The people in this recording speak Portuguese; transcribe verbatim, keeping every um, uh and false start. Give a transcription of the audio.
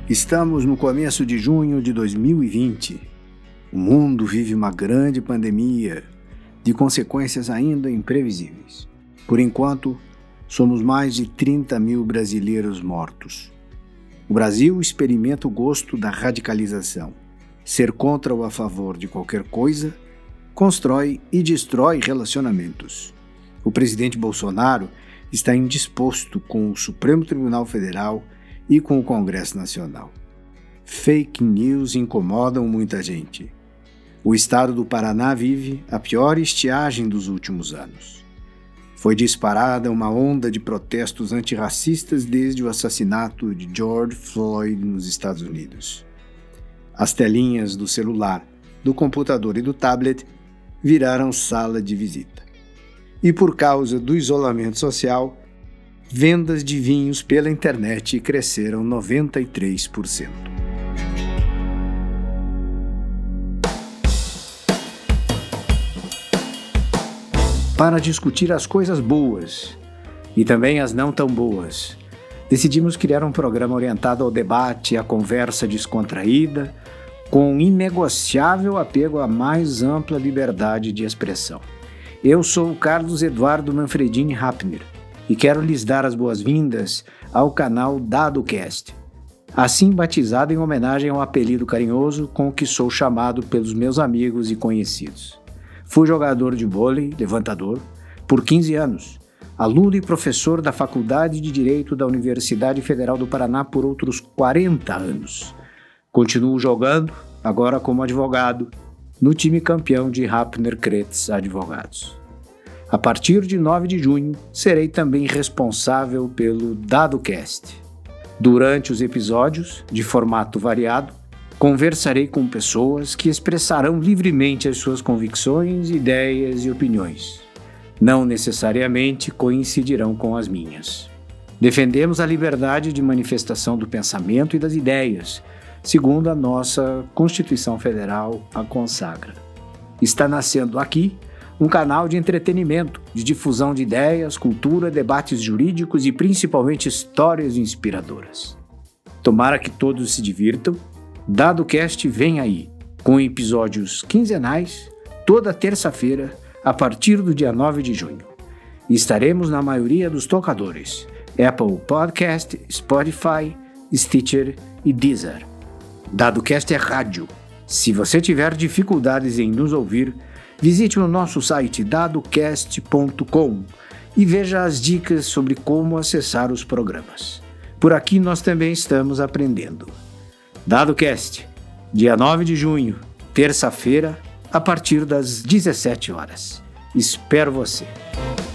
Estamos no começo de junho de dois mil e vinte. O mundo vive uma grande pandemia, de consequências ainda imprevisíveis. Por enquanto, somos mais de trinta mil brasileiros mortos. O Brasil experimenta o gosto da radicalização. Ser contra ou a favor de qualquer coisa constrói e destrói relacionamentos. O presidente Bolsonaro está indisposto com o Supremo Tribunal Federal e com o Congresso Nacional. Fake news incomodam muita gente. O estado do Paraná vive a pior estiagem dos últimos anos. Foi disparada uma onda de protestos antirracistas desde o assassinato de George Floyd nos Estados Unidos. As telinhas do celular, do computador e do tablet viraram sala de visita. E por causa do isolamento social, vendas de vinhos pela internet cresceram noventa e três por cento. Para discutir as coisas boas e também as não tão boas, decidimos criar um programa orientado ao debate e à conversa descontraída, com inegociável apego à mais ampla liberdade de expressão. Eu sou o Carlos Eduardo Manfredini Rapner e quero lhes dar as boas-vindas ao canal DadoCast, assim batizado em homenagem ao apelido carinhoso com que sou chamado pelos meus amigos e conhecidos. Fui jogador de vôlei, levantador, por quinze anos, aluno e professor da Faculdade de Direito da Universidade Federal do Paraná por outros quarenta anos. Continuo jogando, agora como advogado, no time campeão de Rapner Kretz Advogados. A partir de nove de junho, serei também responsável pelo DadoCast. Durante os episódios, de formato variado, conversarei com pessoas que expressarão livremente as suas convicções, ideias e opiniões. Não necessariamente coincidirão com as minhas. Defendemos a liberdade de manifestação do pensamento e das ideias, segundo a nossa Constituição Federal a consagra. Está nascendo aqui um canal de entretenimento, de difusão de ideias, cultura, debates jurídicos e principalmente histórias inspiradoras. Tomara que todos se divirtam. DadoCast vem aí, com episódios quinzenais, toda terça-feira, a partir do dia nove de junho. E estaremos na maioria dos tocadores, Apple Podcast, Spotify, Stitcher e Deezer. DadoCast é rádio. Se você tiver dificuldades em nos ouvir, visite o nosso site dadocast ponto com e veja as dicas sobre como acessar os programas. Por aqui nós também estamos aprendendo. DadoCast, dia nove de junho, terça-feira, a partir das dezessete horas. Espero você!